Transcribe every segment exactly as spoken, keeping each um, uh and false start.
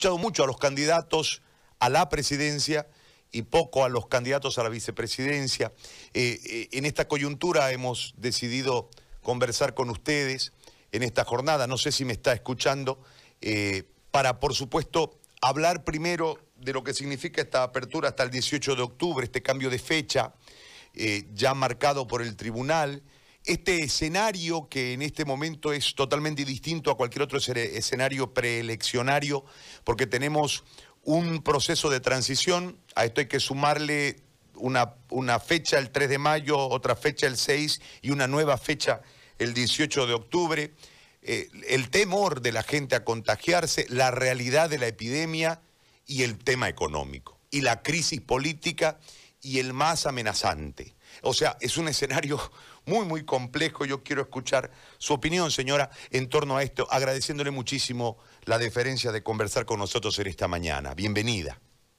escuchado mucho a los candidatos a la presidencia y poco a los candidatos a la vicepresidencia. Eh, eh, en esta coyuntura hemos decidido conversar con ustedes en esta jornada, no sé si me está escuchando, eh, para, por supuesto, hablar primero de lo que significa esta apertura hasta el dieciocho de octubre, este cambio de fecha eh, ya marcado por el tribunal, este escenario que en este momento es totalmente distinto a cualquier otro escenario preeleccionario, porque tenemos un proceso de transición. A esto hay que sumarle una, una fecha el tres de mayo, otra fecha el seis y una nueva fecha el dieciocho de octubre. Eh, el temor de la gente a contagiarse, la realidad de la epidemia y el tema económico, y la crisis política y el más amenazante. O sea, es un escenario muy, muy complejo. Yo quiero escuchar su opinión, señora, en torno a esto, agradeciéndole muchísimo la deferencia de conversar con nosotros en esta mañana. Bienvenida.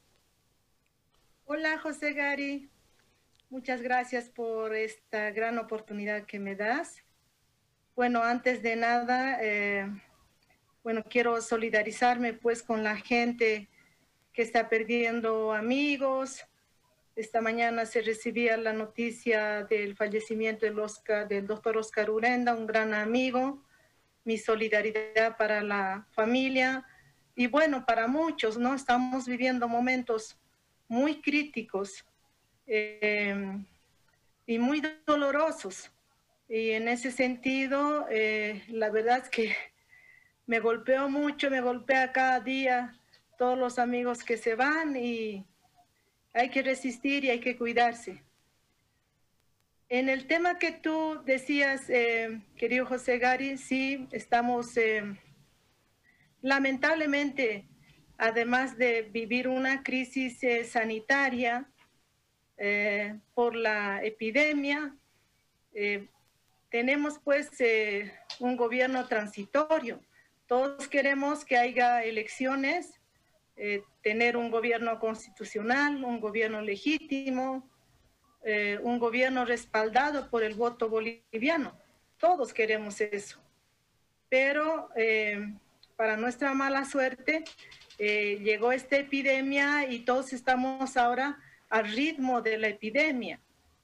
Hola, José Gary. Muchas gracias por esta gran oportunidad que me das. Bueno, antes de nada, eh, bueno, quiero solidarizarme pues con la gente que está perdiendo amigos. Esta mañana se recibía la noticia del fallecimiento del, Oscar, del doctor Oscar Urenda, un gran amigo. Mi solidaridad para la familia y bueno, para muchos, ¿no? Estamos viviendo momentos muy críticos eh, y muy dolorosos. Y en ese sentido, eh, la verdad es que me golpeó mucho, me golpea cada día todos los amigos que se van y hay que resistir y hay que cuidarse. En el tema que tú decías, eh, querido José Gary, sí, estamos eh, lamentablemente, además de vivir una crisis eh, sanitaria eh, por la epidemia, eh, tenemos pues eh, un gobierno transitorio. Todos queremos que haya elecciones, eh, tener un gobierno constitucional, un gobierno legítimo, Eh, un gobierno respaldado por el voto boliviano. Todos queremos eso. Pero eh, para nuestra mala suerte, eh, llegó esta epidemia y todos estamos ahora al ritmo de la epidemia.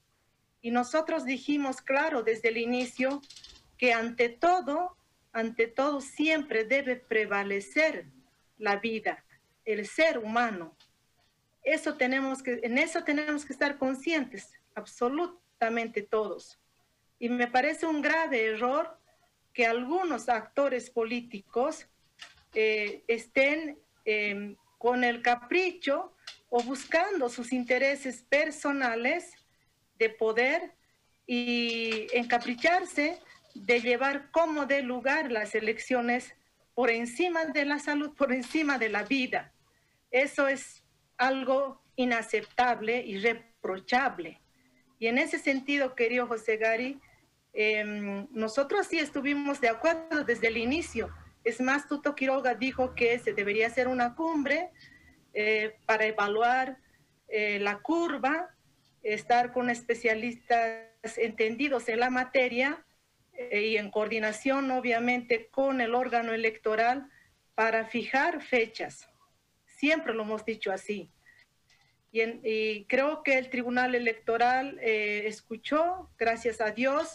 Y nosotros dijimos, claro, desde el inicio, que ante todo, ante todo siempre debe prevalecer la vida, el ser humano. Eso tenemos que, en eso tenemos que estar conscientes, absolutamente todos. Y me parece un grave error que algunos actores políticos eh, estén eh, con el capricho o buscando sus intereses personales de poder y encapricharse de llevar como de lugar las elecciones por encima de la salud, por encima de la vida. Eso es algo inaceptable y reprochable. Y en ese sentido, querido José Gary, eh, nosotros sí estuvimos de acuerdo desde el inicio. Es más, Tuto Quiroga dijo que se debería hacer una cumbre eh, para evaluar eh, la curva, estar con especialistas entendidos en la materia eh, y en coordinación, obviamente, con el órgano electoral para fijar fechas. Siempre lo hemos dicho así. Y, en, y creo que el Tribunal Electoral eh, escuchó, gracias a Dios.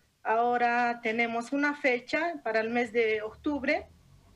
Ahora tenemos una fecha para el mes de octubre.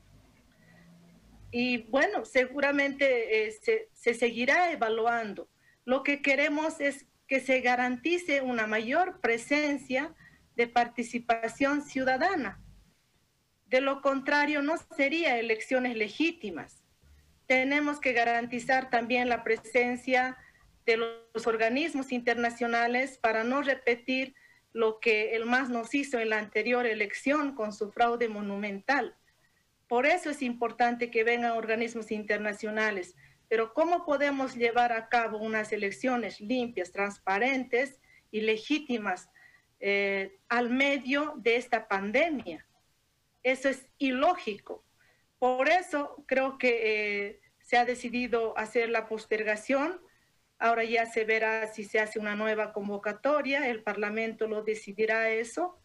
Y bueno, seguramente eh, se, se seguirá evaluando. Lo que queremos es que se garantice una mayor presencia de participación ciudadana. De lo contrario, no serían elecciones legítimas. Tenemos que garantizar también la presencia de los organismos internacionales para no repetir lo que el M A S nos hizo en la anterior elección con su fraude monumental. Por eso es importante que vengan organismos internacionales. Pero ¿cómo podemos llevar a cabo unas elecciones limpias, transparentes y legítimas eh, al medio de esta pandemia? Eso es ilógico. Por eso creo que eh, se ha decidido hacer la postergación. Ahora ya se verá si se hace una nueva convocatoria, el Parlamento lo decidirá eso,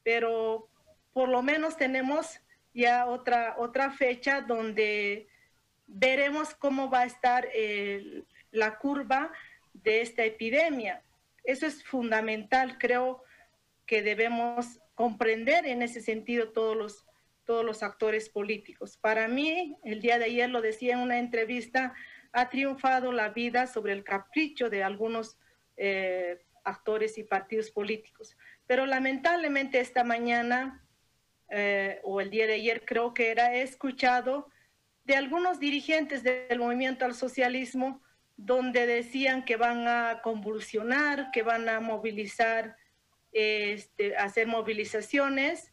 pero por lo menos tenemos ya otra, otra fecha donde veremos cómo va a estar eh, la curva de esta epidemia. Eso es fundamental, creo que debemos comprender en ese sentido todos los, todos los actores políticos. Para mí, el día de ayer lo decía en una entrevista, ha triunfado la vida sobre el capricho de algunos eh, actores y partidos políticos. Pero lamentablemente esta mañana, eh, o el día de ayer creo que era, he escuchado de algunos dirigentes del movimiento al socialismo donde decían que van a convulsionar, que van a movilizar, este, hacer movilizaciones.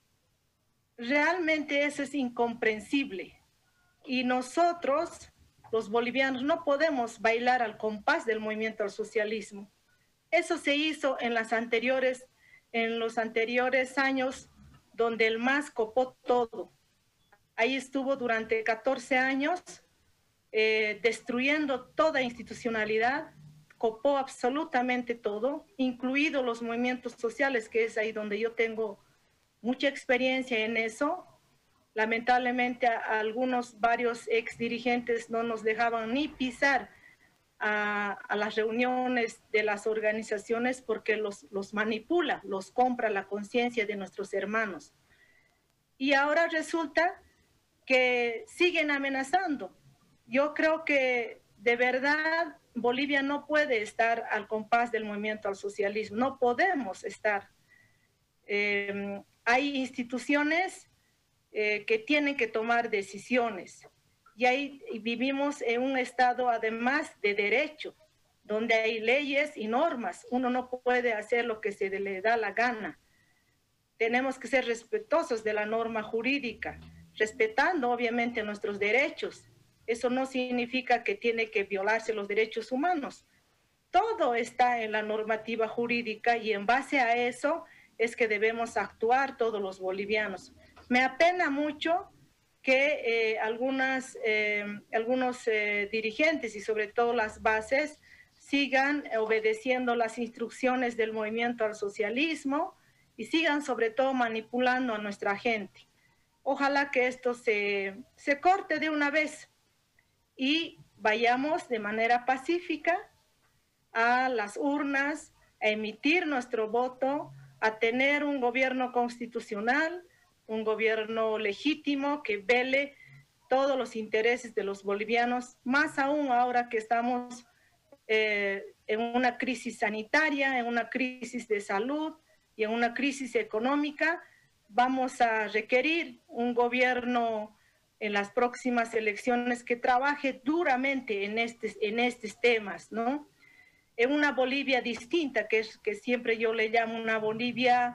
Realmente eso es incomprensible. Y nosotros, los bolivianos, no podemos bailar al compás del movimiento al socialismo. Eso se hizo en, las anteriores, en los anteriores años donde el M A S copó todo. Ahí estuvo durante catorce años eh, destruyendo toda institucionalidad, copó absolutamente todo, incluidos los movimientos sociales, que es ahí donde yo tengo mucha experiencia en eso. Lamentablemente a, a algunos, varios ex dirigentes no nos dejaban ni pisar a, a las reuniones de las organizaciones porque los, los manipula, los compra la conciencia de nuestros hermanos. Y ahora resulta que siguen amenazando. Yo creo que de verdad Bolivia no puede estar al compás del movimiento al socialismo, no podemos estar. Eh, hay instituciones eh, que tienen que tomar decisiones y ahí vivimos en un estado además de derecho, donde hay leyes y normas, uno no puede hacer lo que se le da la gana. Tenemos que ser respetuosos de la norma jurídica, respetando obviamente nuestros derechos. Eso no significa que tiene que violarse los derechos humanos. Todo está en la normativa jurídica y en base a eso es que debemos actuar todos los bolivianos. Me apena mucho que eh, algunas, eh, algunos eh, dirigentes y sobre todo las bases sigan obedeciendo las instrucciones del movimiento al socialismo y sigan sobre todo manipulando a nuestra gente. Ojalá que esto se, se corte de una vez y vayamos de manera pacífica a las urnas, a emitir nuestro voto, a tener un gobierno constitucional, un gobierno legítimo que vele todos los intereses de los bolivianos, más aún ahora que estamos eh, en una crisis sanitaria, en una crisis de salud y en una crisis económica. Vamos a requerir un gobierno en las próximas elecciones que trabaje duramente en, este, en estos temas, ¿no? En una Bolivia distinta, que, es, que siempre yo le llamo una Bolivia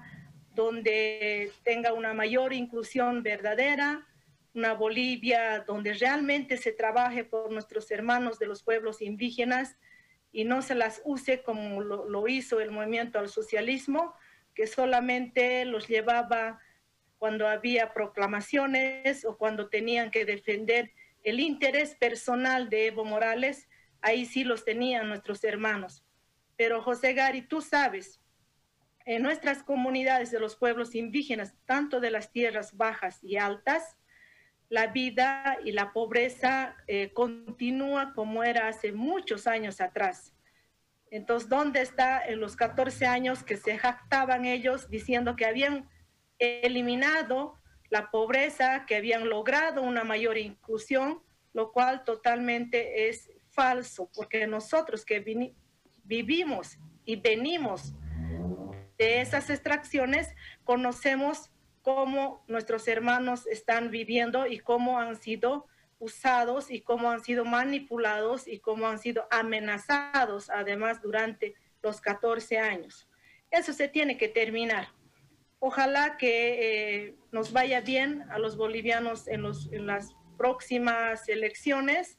donde tenga una mayor inclusión verdadera, una Bolivia donde realmente se trabaje por nuestros hermanos de los pueblos indígenas y no se las use como lo, lo hizo el movimiento al socialismo, que solamente los llevaba cuando había proclamaciones o cuando tenían que defender el interés personal de Evo Morales. Ahí sí los tenían nuestros hermanos. Pero José Gari, tú sabes, en nuestras comunidades de los pueblos indígenas, tanto de las tierras bajas y altas, la vida y la pobreza eh, continúa como era hace muchos años atrás. Entonces, ¿dónde está en los catorce años que se jactaban ellos diciendo que habían eliminado la pobreza, que habían logrado una mayor inclusión, lo cual totalmente es falso, porque nosotros que vi vivimos y venimos de esas extracciones, conocemos cómo nuestros hermanos están viviendo y cómo han sido usados y cómo han sido manipulados y cómo han sido amenazados, además, durante los catorce años. Eso se tiene que terminar. Ojalá que eh, nos vaya bien a los bolivianos en, los, en las próximas elecciones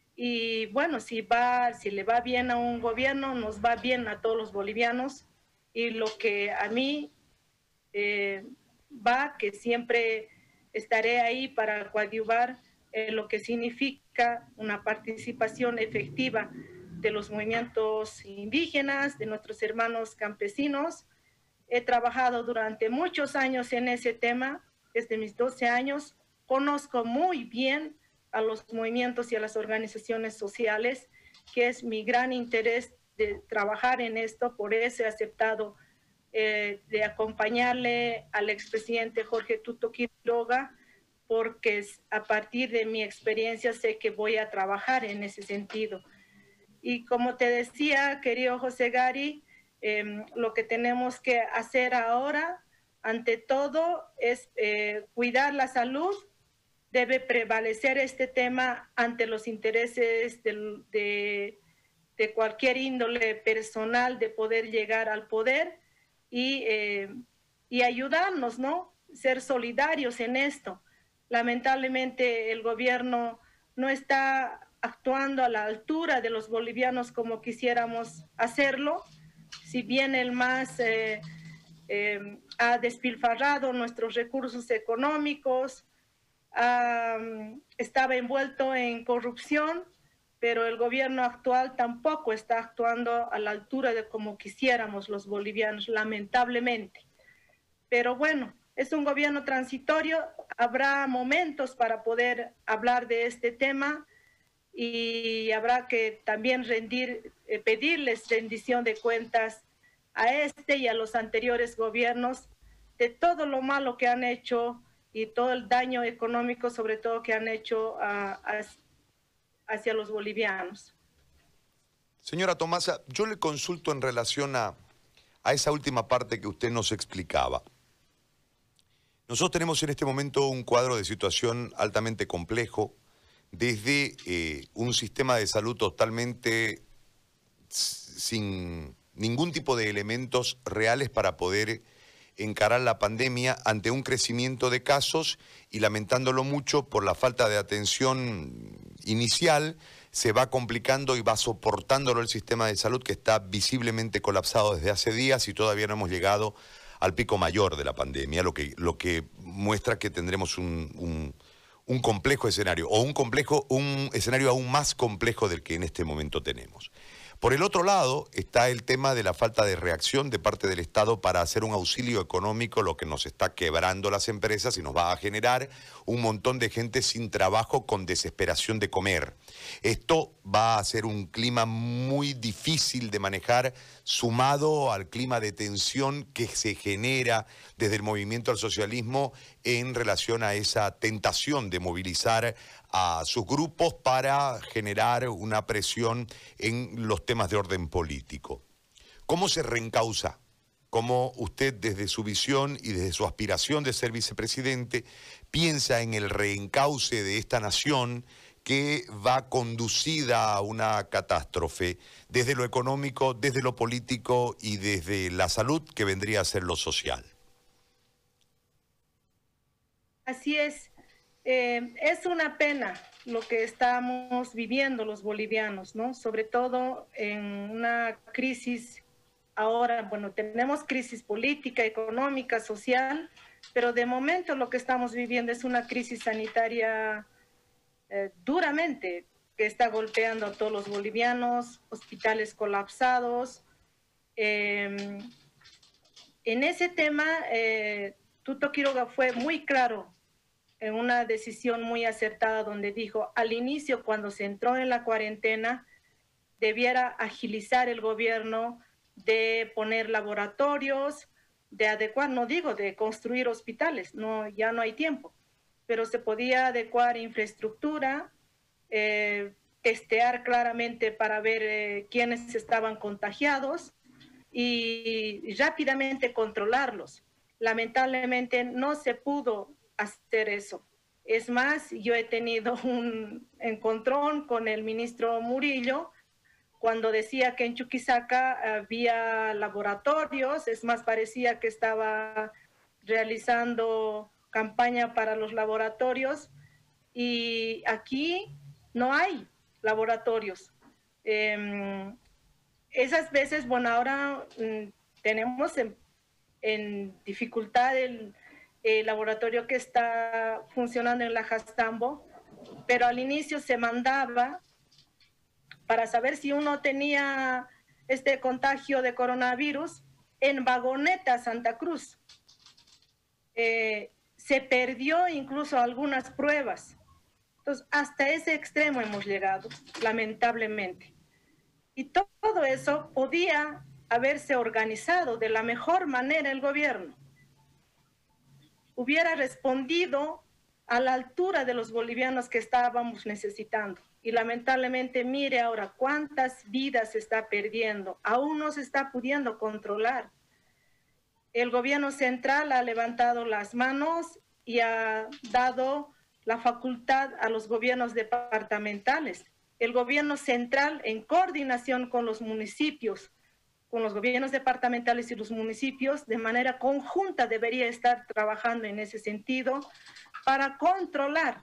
y bueno, si, va, si le va bien a un gobierno, nos va bien a todos los bolivianos y lo que a mí eh, va, que siempre estaré ahí para coadyuvar eh, lo que significa una participación efectiva de los movimientos indígenas, de nuestros hermanos campesinos. He trabajado durante muchos años en ese tema, desde mis doce años, conozco muy bien a los movimientos y a las organizaciones sociales, que es mi gran interés de trabajar en esto. Por eso he aceptado eh, de acompañarle al expresidente Jorge Tuto Quiroga, porque a partir de mi experiencia sé que voy a trabajar en ese sentido. Y como te decía, querido José Gary, eh, lo que tenemos que hacer ahora, ante todo, es eh, cuidar la salud. Debe prevalecer este tema ante los intereses de, de, de cualquier índole personal de poder llegar al poder y, eh, y ayudarnos, ¿no? Ser solidarios en esto. Lamentablemente el gobierno no está actuando a la altura de los bolivianos como quisiéramos hacerlo. Si bien el MAS eh, eh, ha despilfarrado nuestros recursos económicos, uh, estaba envuelto en corrupción, pero el gobierno actual tampoco está actuando a la altura de como quisiéramos los bolivianos, lamentablemente. Pero bueno, es un gobierno transitorio, habrá momentos para poder hablar de este tema y habrá que también rendir, eh, pedirles rendición de cuentas a este y a los anteriores gobiernos de todo lo malo que han hecho y todo el daño económico, sobre todo, que han hecho a, a, hacia los bolivianos. Señora Tomasa, yo le consulto en relación a, a esa última parte que usted nos explicaba. Nosotros tenemos en este momento un cuadro de situación altamente complejo, desde eh, un sistema de salud totalmente sin ningún tipo de elementos reales para poder encarar la pandemia ante un crecimiento de casos y, lamentándolo mucho por la falta de atención inicial, se va complicando y va soportándolo el sistema de salud, que está visiblemente colapsado desde hace días y todavía no hemos llegado al pico mayor de la pandemia, lo que, lo que muestra que tendremos un, un, un complejo escenario, o un, complejo, un escenario aún más complejo del que en este momento tenemos. Por el otro lado está el tema de la falta de reacción de parte del Estado para hacer un auxilio económico, lo que nos está quebrando las empresas y nos va a generar un montón de gente sin trabajo con desesperación de comer. Esto va a ser un clima muy difícil de manejar, sumado al clima de tensión que se genera desde el movimiento al socialismo en relación a esa tentación de movilizar a sus grupos para generar una presión en los temas de orden político. ¿Cómo se reencausa? ¿Cómo usted, desde su visión y desde su aspiración de ser vicepresidente, piensa en el reencauce de esta nación que va conducida a una catástrofe, desde lo económico, desde lo político y desde la salud, que vendría a ser lo social? Así es. Eh, es una pena lo que estamos viviendo los bolivianos, ¿no? Sobre todo en una crisis ahora, bueno, tenemos crisis política, económica, social, pero de momento lo que estamos viviendo es una crisis sanitaria eh, duramente, que está golpeando a todos los bolivianos, hospitales colapsados. Eh, en ese tema, eh, Tuto Quiroga fue muy claro en una decisión muy acertada, donde dijo al inicio, cuando se entró en la cuarentena, debiera agilizar el gobierno de poner laboratorios, de adecuar, no digo de construir hospitales, no, ya no hay tiempo, pero se podía adecuar infraestructura, eh, testear claramente para ver eh, quiénes estaban contagiados y, y rápidamente controlarlos. Lamentablemente no se pudo hacer eso. Es más, yo he tenido un encontrón con el ministro Murillo cuando decía que en Chuquisaca había laboratorios. Es más, parecía que estaba realizando campaña para los laboratorios y aquí no hay laboratorios. Eh, esas veces, bueno, ahora mm, tenemos en, en dificultad el el laboratorio que está funcionando en la Jastambo, pero al inicio se mandaba para saber si uno tenía este contagio de coronavirus en Vagoneta, Santa Cruz. Eh, se perdió incluso algunas pruebas. Entonces, hasta ese extremo hemos llegado, lamentablemente. Y todo eso podía haberse organizado de la mejor manera el gobierno. Hubiera respondido a la altura de los bolivianos que estábamos necesitando. Y lamentablemente, mire ahora cuántas vidas se está perdiendo. Aún no se está pudiendo controlar. El gobierno central ha levantado las manos y ha dado la facultad a los gobiernos departamentales. El gobierno central, en coordinación con los municipios, con los gobiernos departamentales y los municipios, de manera conjunta debería estar trabajando en ese sentido para controlar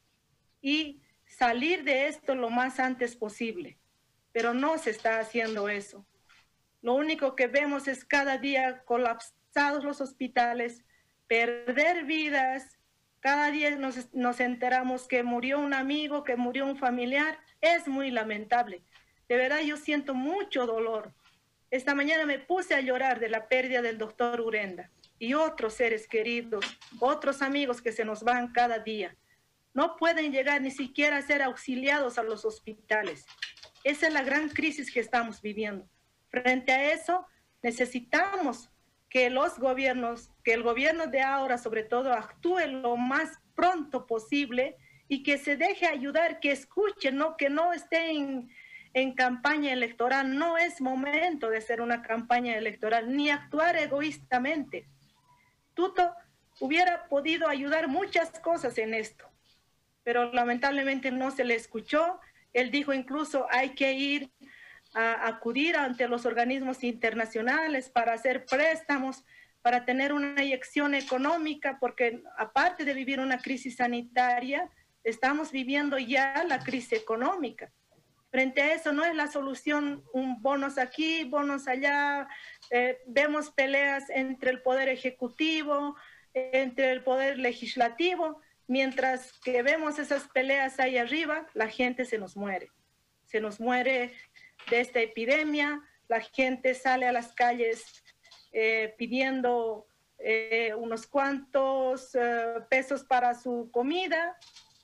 y salir de esto lo más antes posible. Pero no se está haciendo eso. Lo único que vemos es cada día colapsados los hospitales, perder vidas. Cada día nos, nos enteramos que murió un amigo, que murió un familiar. Es muy lamentable. De verdad yo siento mucho dolor. Esta mañana me puse a llorar de la pérdida del doctor Urenda y otros seres queridos, otros amigos que se nos van cada día. No pueden llegar ni siquiera a ser auxiliados a los hospitales. Esa es la gran crisis que estamos viviendo. Frente a eso, necesitamos que los gobiernos, que el gobierno de ahora sobre todo actúe lo más pronto posible y que se deje ayudar, que escuchen, ¿no? Que no estén en campaña electoral. No es momento de hacer una campaña electoral, ni actuar egoístamente. Tuto hubiera podido ayudar muchas cosas en esto, pero lamentablemente no se le escuchó. Él dijo incluso hay que ir a acudir ante los organismos internacionales para hacer préstamos, para tener una inyección económica, porque aparte de vivir una crisis sanitaria, estamos viviendo ya la crisis económica. Frente a eso no es la solución un bonos aquí, bonos allá. Eh, vemos peleas entre el poder ejecutivo, entre el poder legislativo. Mientras que vemos esas peleas ahí arriba, la gente se nos muere. Se nos muere de esta epidemia, la gente sale a las calles eh, pidiendo eh, unos cuantos eh, pesos para su comida.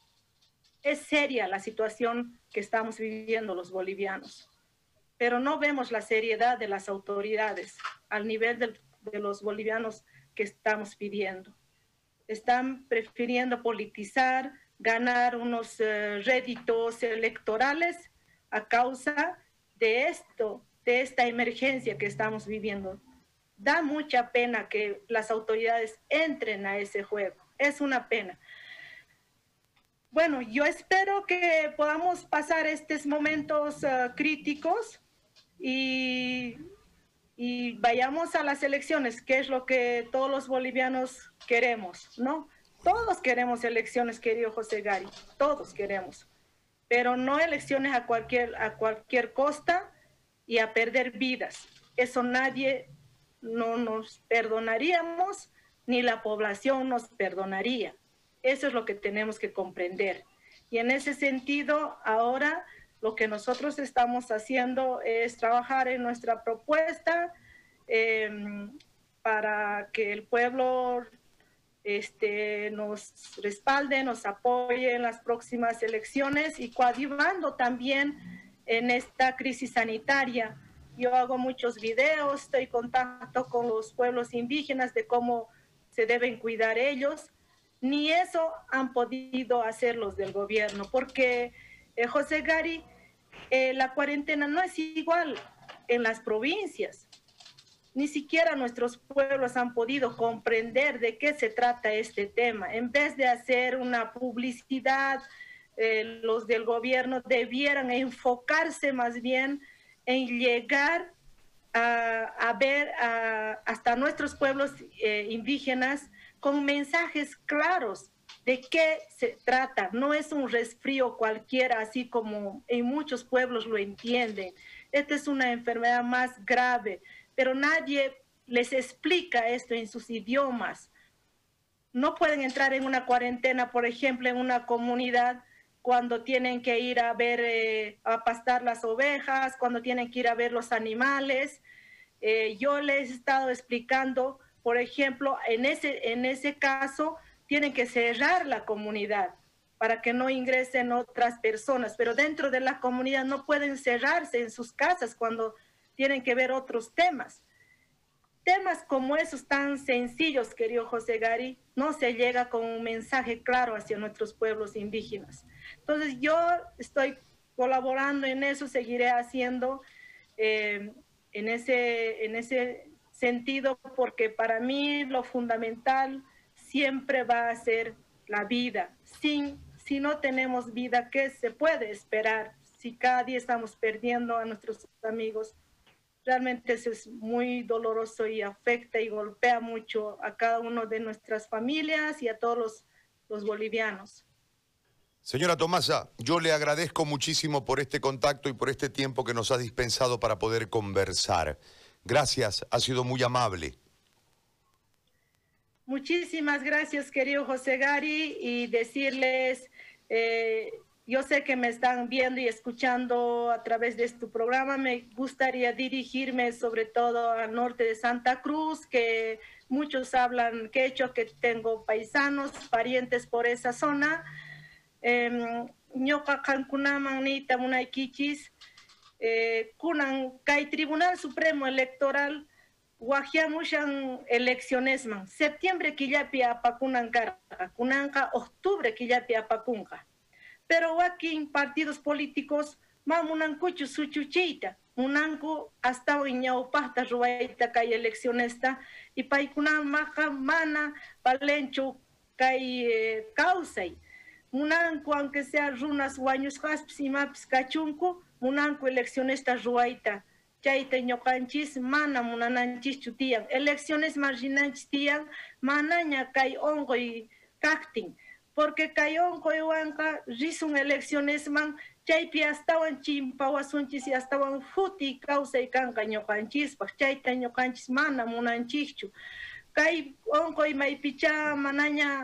Es seria la situación que estamos viviendo los bolivianos, pero no vemos la seriedad de las autoridades al nivel de, de los bolivianos que estamos pidiendo. Están prefiriendo politizar, ganar unos uh, réditos electorales a causa de esto, de esta emergencia que estamos viviendo. Da mucha pena que las autoridades entren a ese juego. Es una pena. Bueno, yo espero que podamos pasar estos momentos uh, críticos y, y vayamos a las elecciones, que es lo que todos los bolivianos queremos, ¿no? Todos queremos elecciones, querido José Gari, todos queremos, pero no elecciones a cualquier, a cualquier costa y a perder vidas. Eso nadie no nos perdonaríamos, ni la población nos perdonaría. Eso es lo que tenemos que comprender. Y en ese sentido, ahora lo que nosotros estamos haciendo es trabajar en nuestra propuesta eh, para que el pueblo este, nos respalde, nos apoye en las próximas elecciones y coadyuvando también en esta crisis sanitaria. Yo hago muchos videos, estoy en contacto con los pueblos indígenas de cómo se deben cuidar ellos. Ni eso han podido hacer los del gobierno, porque eh, José Gari, eh, la cuarentena no es igual en las provincias. Ni siquiera nuestros pueblos han podido comprender de qué se trata este tema. En vez de hacer una publicidad, eh, los del gobierno debieran enfocarse más bien en llegar a, a ver a, hasta nuestros pueblos eh, indígenas con mensajes claros de qué se trata. No es un resfrío cualquiera, así como en muchos pueblos lo entienden. Esta es una enfermedad más grave, pero nadie les explica esto en sus idiomas. No pueden entrar en una cuarentena, por ejemplo, en una comunidad cuando tienen que ir a ver, eh, a pastar las ovejas, cuando tienen que ir a ver los animales. Eh, yo les he estado explicando, por ejemplo, en ese, en ese caso, tienen que cerrar la comunidad. para que no ingresen otras personas, pero dentro de la comunidad no pueden cerrarse en sus casas cuando tienen que ver otros temas. Temas como esos tan sencillos, querido José Gary, no se llega con un mensaje claro hacia nuestros pueblos indígenas. Entonces yo estoy colaborando en eso, seguiré haciendo eh, en, ese, en ese sentido, porque para mí lo fundamental siempre va a ser la vida. Sin, si no tenemos vida, ¿qué se puede esperar? Si cada día estamos perdiendo a nuestros amigos, realmente eso es muy doloroso y afecta y golpea mucho a cada uno de nuestras familias y a todos los, los bolivianos. Señora Tomasa, yo le agradezco muchísimo por este contacto y por este tiempo que nos ha dispensado para poder conversar. Gracias, ha sido muy amable. Muchísimas gracias, querido José Gary, y decirles, eh, yo sé que me están viendo y escuchando a través de este programa, me gustaría dirigirme sobre todo al norte de Santa Cruz, que muchos hablan quechua, que tengo paisanos, parientes por esa zona. Ñoqa qankunaman niyta munaykichis, kunan kay Tribunal Supremo Electoral wajiamushan eleccionesman septiembre killapi apakunan karqa, kunanqa octubre killapi apakunqa. Pero wakin partidos políticos ma munankuchu suchuchiyta, munanku astawan ñawpaqta ruwayta kay eleccionesta y paykunamaqa mana valenchu kay eh, kawsay. Munanku, aunque sea runas wañusqaspis imapis kachunku, munanku eleccionesta ruwayta. Chayta ñoqanchis mana munananchischu tiyan. Elecciones marginanchis tiyan, manaña kay onqoy kaqtin. Porque kay onqoywanqa risun eleccionesman, chaypi astawan chimpawasunchis y astawan futi kawsay kanqa ñoqanchispaq. Chayta ñoqanchis mana munanchichu. Kay onqoy maypicha manaña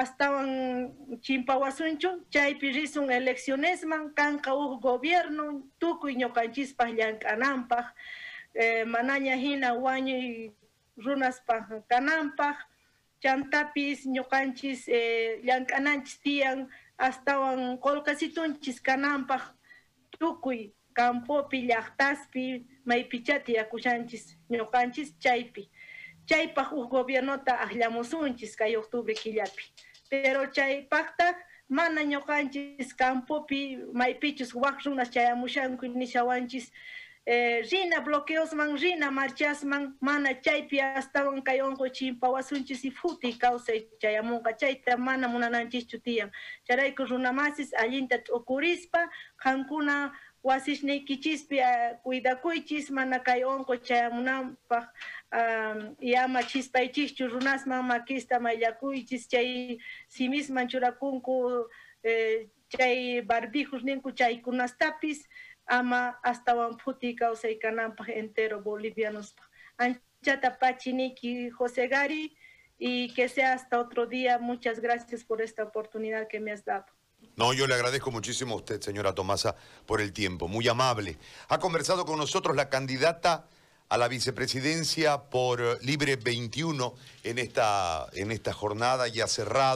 astawan chimpawasunchu, chaypi risun eleccionesman, kanqa uj gobierno, tukuy ñoqanchispaq llank'ananpaq, eh, manaña hina wañuy runaspaq kananpaq, chantapis ñoqanchis eh, llank'ananchis tiyan, astawan qolqasitunchis kananpaq, tukuy campopi, llaqtaspi, maypichati yakushanchis ñoqanchis chaypi. Chaypaq uj gobiernota aklamusunchis kay octubre killapi. Pero chaypaqta mana ñoqanchis campopi maypichus waq runas chayamushanku nishawanchis eh, rina bloqueosman, rina marchasman, mana chaypi astawan kay onqo chimpawasunchis y futi kawsay chayamunqa. Chayta mana munananchischu tiyan. Charayku runamasis allinta t'ukurispa, qankuna wasisniykichispi uh, cuidakuychis, mana kay onqo chayamunanpaq um, y ama chispaychischu runasman makista maylakuychis, chay simisman churakunku eh, chay barbijos ninku chaykunastapis ama astawan futi kawsay kananpaq entero bolivianospaq. Anchata pachiniki José Gary, y que sea hasta otro día. Muchas gracias por esta oportunidad que me has dado. No, yo le agradezco muchísimo a usted, señora Tomasa, por el tiempo, muy amable. Ha conversado con nosotros la candidata a la vicepresidencia por Libre veintiuno en esta, en esta jornada ya cerrada.